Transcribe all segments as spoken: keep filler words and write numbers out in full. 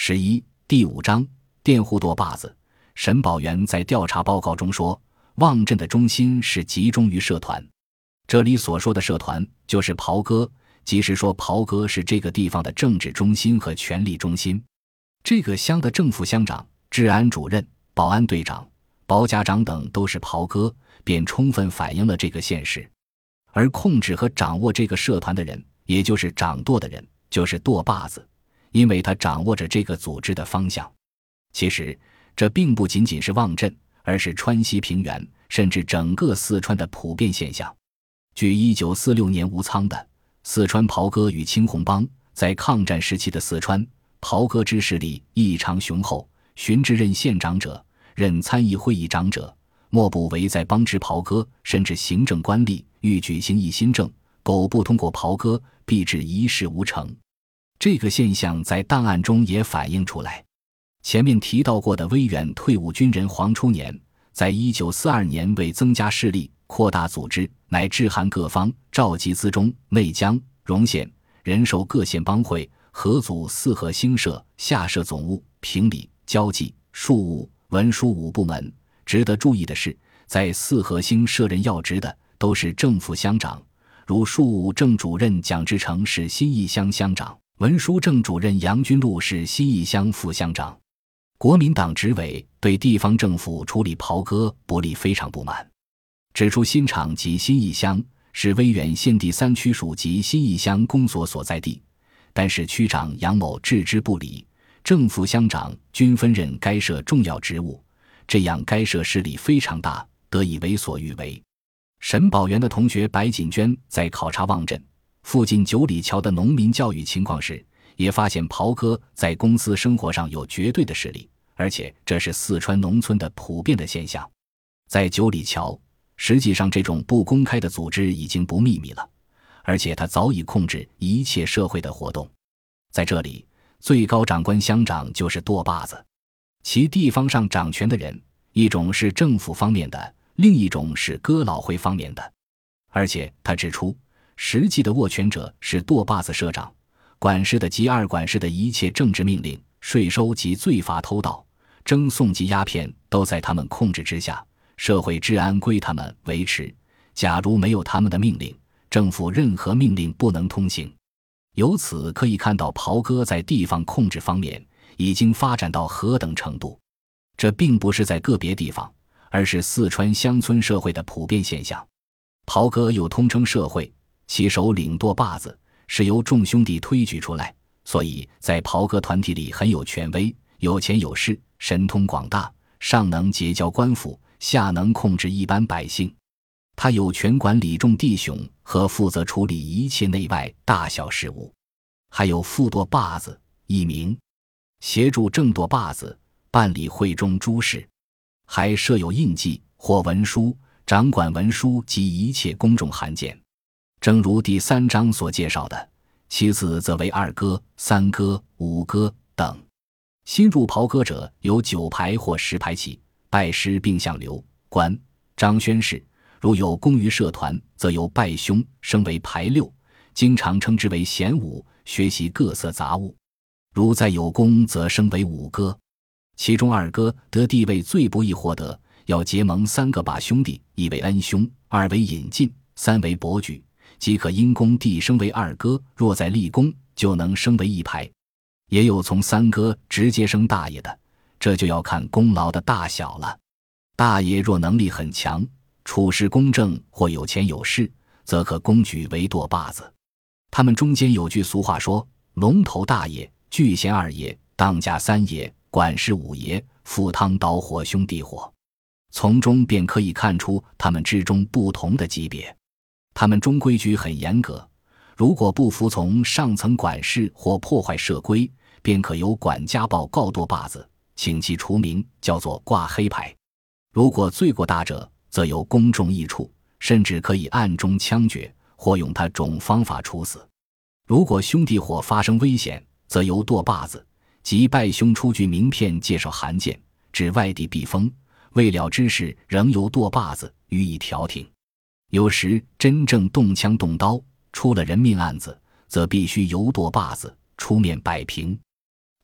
十一第五章佃户剁把子。沈宝元在调查报告中说，望镇的中心是集中于社团。这里所说的社团就是袍哥，即是说袍哥是这个地方的政治中心和权力中心。这个乡的正副乡长、治安主任、保安队长、包家长等都是袍哥，便充分反映了这个现实。而控制和掌握这个社团的人，也就是掌舵的人，就是舵把子，因为他掌握着这个组织的方向。其实这并不仅仅是望镇，而是川西平原甚至整个四川的普遍现象。据一九四六年吴仓的《四川袍哥与青红帮》，在抗战时期的四川袍哥之势力异常雄厚，巡治任县长者、任参议会议长者，莫不为在帮之袍哥，甚至行政官吏欲举行一新政，苟不通过袍哥，必致一事无成。这个现象在档案中也反映出来。前面提到过的威远退伍军人黄初年，在一九四二年为增加势力、扩大组织，乃致函各方，召集资中、内江、荣县，人授各县帮会，合组四合兴社，下设总务、评理、交际、庶务、文书五部门。值得注意的是，在四合兴设任要职的都是正副乡长，如庶务正主任蒋志成是新义乡乡长，文书正主任杨君禄是新义乡副乡长。国民党执委对地方政府处理袍哥不力非常不满，指出新厂及新义乡是威远县第三区属及新义乡公所所在地，但是区长杨某置之不理，正副乡长均分任该社重要职务，这样该社势力非常大，得以为所欲为。沈宝元的同学白锦娟在考察望镇附近九里桥的农民教育情况时，也发现袍哥在公司生活上有绝对的势力，而且这是四川农村的普遍的现象。在九里桥，实际上这种不公开的组织已经不秘密了，而且它早已控制一切社会的活动。在这里，最高长官乡长就是舵把子，其地方上掌权的人，一种是政府方面的，另一种是哥老会方面的。而且他指出，实际的握权者是舵把子社长，管事的及二管事的一切政治命令、税收及罪罚偷盗、征送及鸦片都在他们控制之下，社会治安归他们维持。假如没有他们的命令，政府任何命令不能通行。由此可以看到袍哥在地方控制方面已经发展到何等程度。这并不是在个别地方，而是四川乡村社会的普遍现象。袍哥又通称社会，其首领舵把子是由众兄弟推举出来，所以在袍哥团体里很有权威，有钱有势，神通广大，上能结交官府，下能控制一般百姓。他有权管理众弟兄和负责处理一切内外大小事务。还有副舵把子一名，协助正舵把子办理会中诸事，还设有印记或文书，掌管文书及一切公众函件。正如第三章所介绍的，其次则为二哥、三哥、五哥等。新入袍哥者有九排或十排起，拜师并向刘、关、张宣誓，如有功于社团，则由拜兄升为排六，经常称之为贤五，学习各色杂物。如再有功，则升为五哥。其中二哥得地位最不易获得，要结盟三个把兄弟，一为恩兄，二为引进，三为伯举，即可因功递升为二哥，若再立功，就能升为一排。也有从三哥直接升大爷的，这就要看功劳的大小了。大爷若能力很强，处事公正或有钱有势，则可公举为舵把子。他们中间有句俗话说，龙头大爷、聚贤二爷、当家三爷、管事五爷、赴汤蹈火兄弟伙，从中便可以看出他们之中不同的级别。他们中规矩很严格，如果不服从上层管事或破坏社规，便可由管家报告舵把子，请其除名，叫做挂黑牌。如果罪过大者，则有公众益处，甚至可以暗中枪决，或用他种方法处死。如果兄弟伙发生危险，则由舵把子即拜兄出具名片，介绍函件，至外地避风，未了之事仍由舵把子予以调停。有时真正动枪动刀，出了人命案子，则必须由舵把子出面摆平。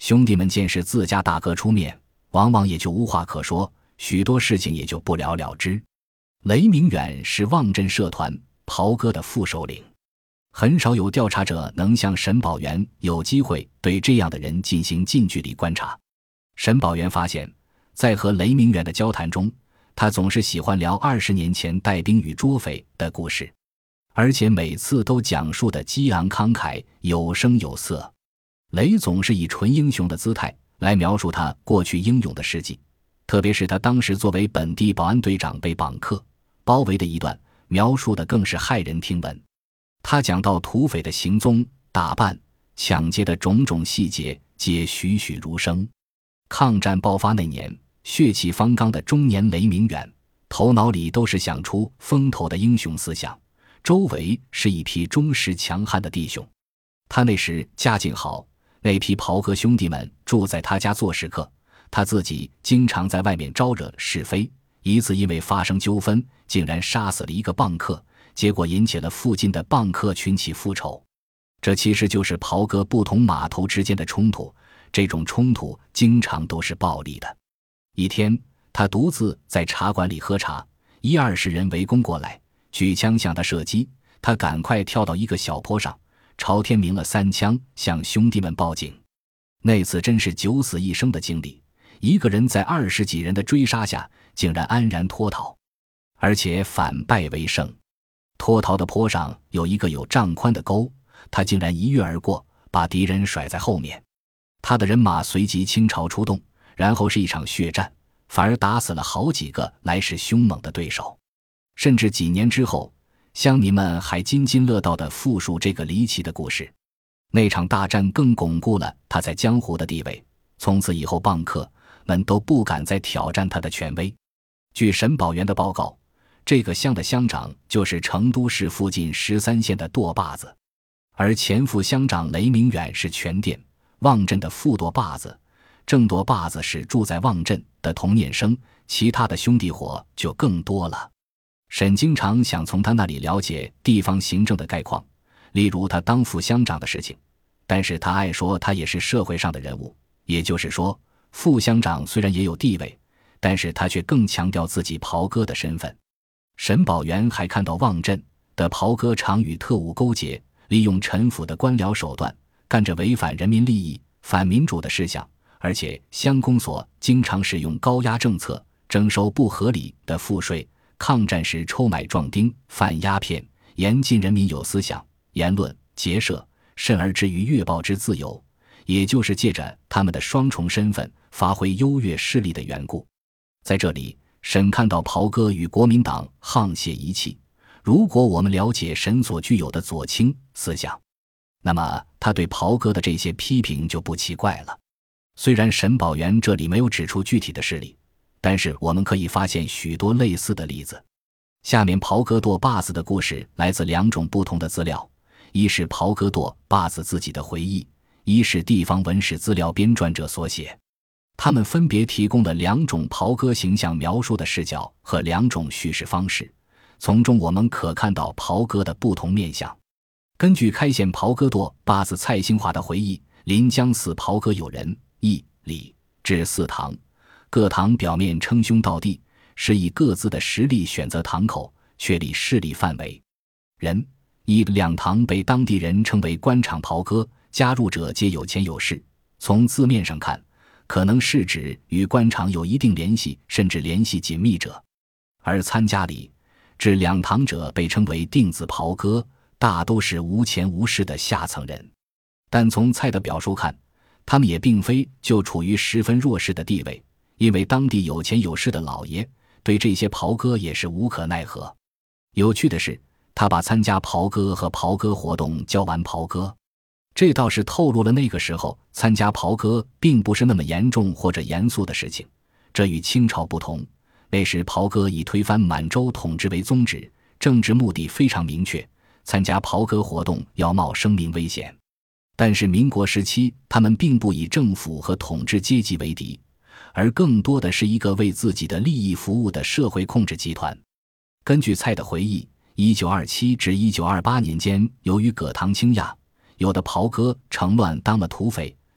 兄弟们见是自家大哥出面，往往也就无话可说，许多事情也就不了了之。雷明远是望镇社团袍哥的副首领，很少有调查者能像沈宝元有机会对这样的人进行近距离观察。沈宝元发现，在和雷明远的交谈中，他总是喜欢聊二十年前带兵与捉匪的故事，而且每次都讲述得激昂慷慨，有声有色。雷总是以纯英雄的姿态来描述他过去英勇的事迹，特别是他当时作为本地保安队长被绑客包围的一段，描述的更是骇人听闻。他讲到土匪的行踪、打扮、抢劫的种种细节，皆栩栩如生。抗战爆发那年，血气方刚的中年雷明远头脑里都是想出风头的英雄思想，周围是一批忠实强悍的弟兄。他那时家境好，那批袍哥兄弟们住在他家做食客，他自己经常在外面招惹是非，一次因为发生纠纷，竟然杀死了一个棒客，结果引起了附近的棒客群起复仇。这其实就是袍哥不同码头之间的冲突，这种冲突经常都是暴力的。一天，他独自在茶馆里喝茶，一二十人围攻过来，举枪向他射击，他赶快跳到一个小坡上，朝天鸣了三枪，向兄弟们报警。那次真是九死一生的经历，一个人在二十几人的追杀下竟然安然脱逃，而且反败为胜。脱逃的坡上有一个有丈宽的沟，他竟然一跃而过，把敌人甩在后面。他的人马随即倾巢出动，然后是一场血战，反而打死了好几个来势凶猛的对手。甚至几年之后，乡民们还津津乐道地复述这个离奇的故事。那场大战更巩固了他在江湖的地位，从此以后棒客们都不敢再挑战他的权威。据沈宝元的报告，这个乡的乡长就是成都市附近十三县的舵把子，而前副乡长雷明远是全店望镇的副舵把子，正舵把子是住在望镇的同年生，其他的兄弟伙就更多了。沈经常想从他那里了解地方行政的概况，例如他当副乡长的事情，但是他爱说他也是社会上的人物，也就是说，副乡长虽然也有地位，但是他却更强调自己袍哥的身份。沈宝元还看到望镇的袍哥常与特务勾结，利用陈腐的官僚手段，干着违反人民利益、反民主的事项，而且乡公所经常使用高压政策，征收不合理的赋税，抗战时抽买壮丁、贩鸦片，严禁人民有思想、言论、结社，甚而至于阅报之自由，也就是借着他们的双重身份发挥优越势力的缘故。在这里，沈看到袍哥与国民党沆瀣一气。如果我们了解沈所具有的左倾思想，那么他对袍哥的这些批评就不奇怪了。虽然沈宝元这里没有指出具体的事例，但是我们可以发现许多类似的例子。下面袍哥舵把子的故事来自两种不同的资料，一是袍哥舵把子自己的回忆，一是地方文史资料编撰者所写。他们分别提供了两种袍哥形象描述的视角和两种叙事方式，从中我们可看到袍哥的不同面相。根据开县袍哥舵把子蔡兴华的回忆，临江寺袍哥有人、义、礼至四堂，各堂表面称兄道弟，是以各自的实力选择堂口，确立势力范围。人、义两堂被当地人称为官场袍哥，加入者皆有钱有势，从字面上看，可能是指与官场有一定联系甚至联系紧密者。而参加礼、至两堂者被称为定字袍哥，大都是无钱无势的下层人。但从蔡的表述看，他们也并非就处于十分弱势的地位，因为当地有钱有势的老爷对这些袍哥也是无可奈何。有趣的是，他把参加袍哥和袍哥活动叫完袍哥，这倒是透露了那个时候参加袍哥并不是那么严重或者严肃的事情。这与清朝不同，那时袍哥以推翻满洲统治为宗旨，政治目的非常明确，参加袍哥活动要冒生命危险。但是民国时期，他们并不以政府和统治阶级为敌，而更多的是一个为自己的利益服务的社会控制集团。根据蔡的回忆，一九二七至一九二八年间，由于葛唐倾轧，有的袍哥乘乱当了土匪，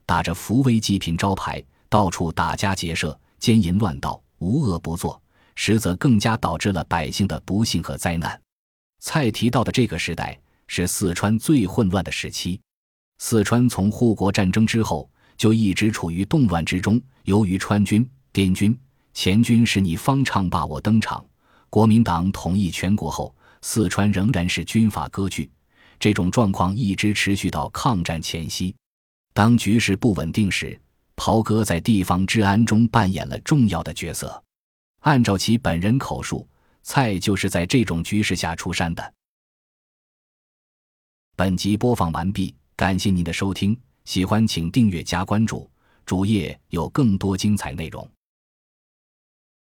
打着扶危济贫招牌，到处打家劫舍，奸淫乱盗，无恶不作，实则更加导致了百姓的不幸和灾难。蔡提到的这个时代是四川最混乱的时期。四川从护国战争之后就一直处于动乱之中，由于川军、滇军、黔军使你方唱罢我登场，国民党统一全国后，四川仍然是军阀割据，这种状况一直持续到抗战前夕。当局势不稳定时，袍哥在地方治安中扮演了重要的角色。按照其本人口述，蔡就是在这种局势下出山的。本集播放完毕，感谢您的收听，喜欢请订阅加关注，主页有更多精彩内容。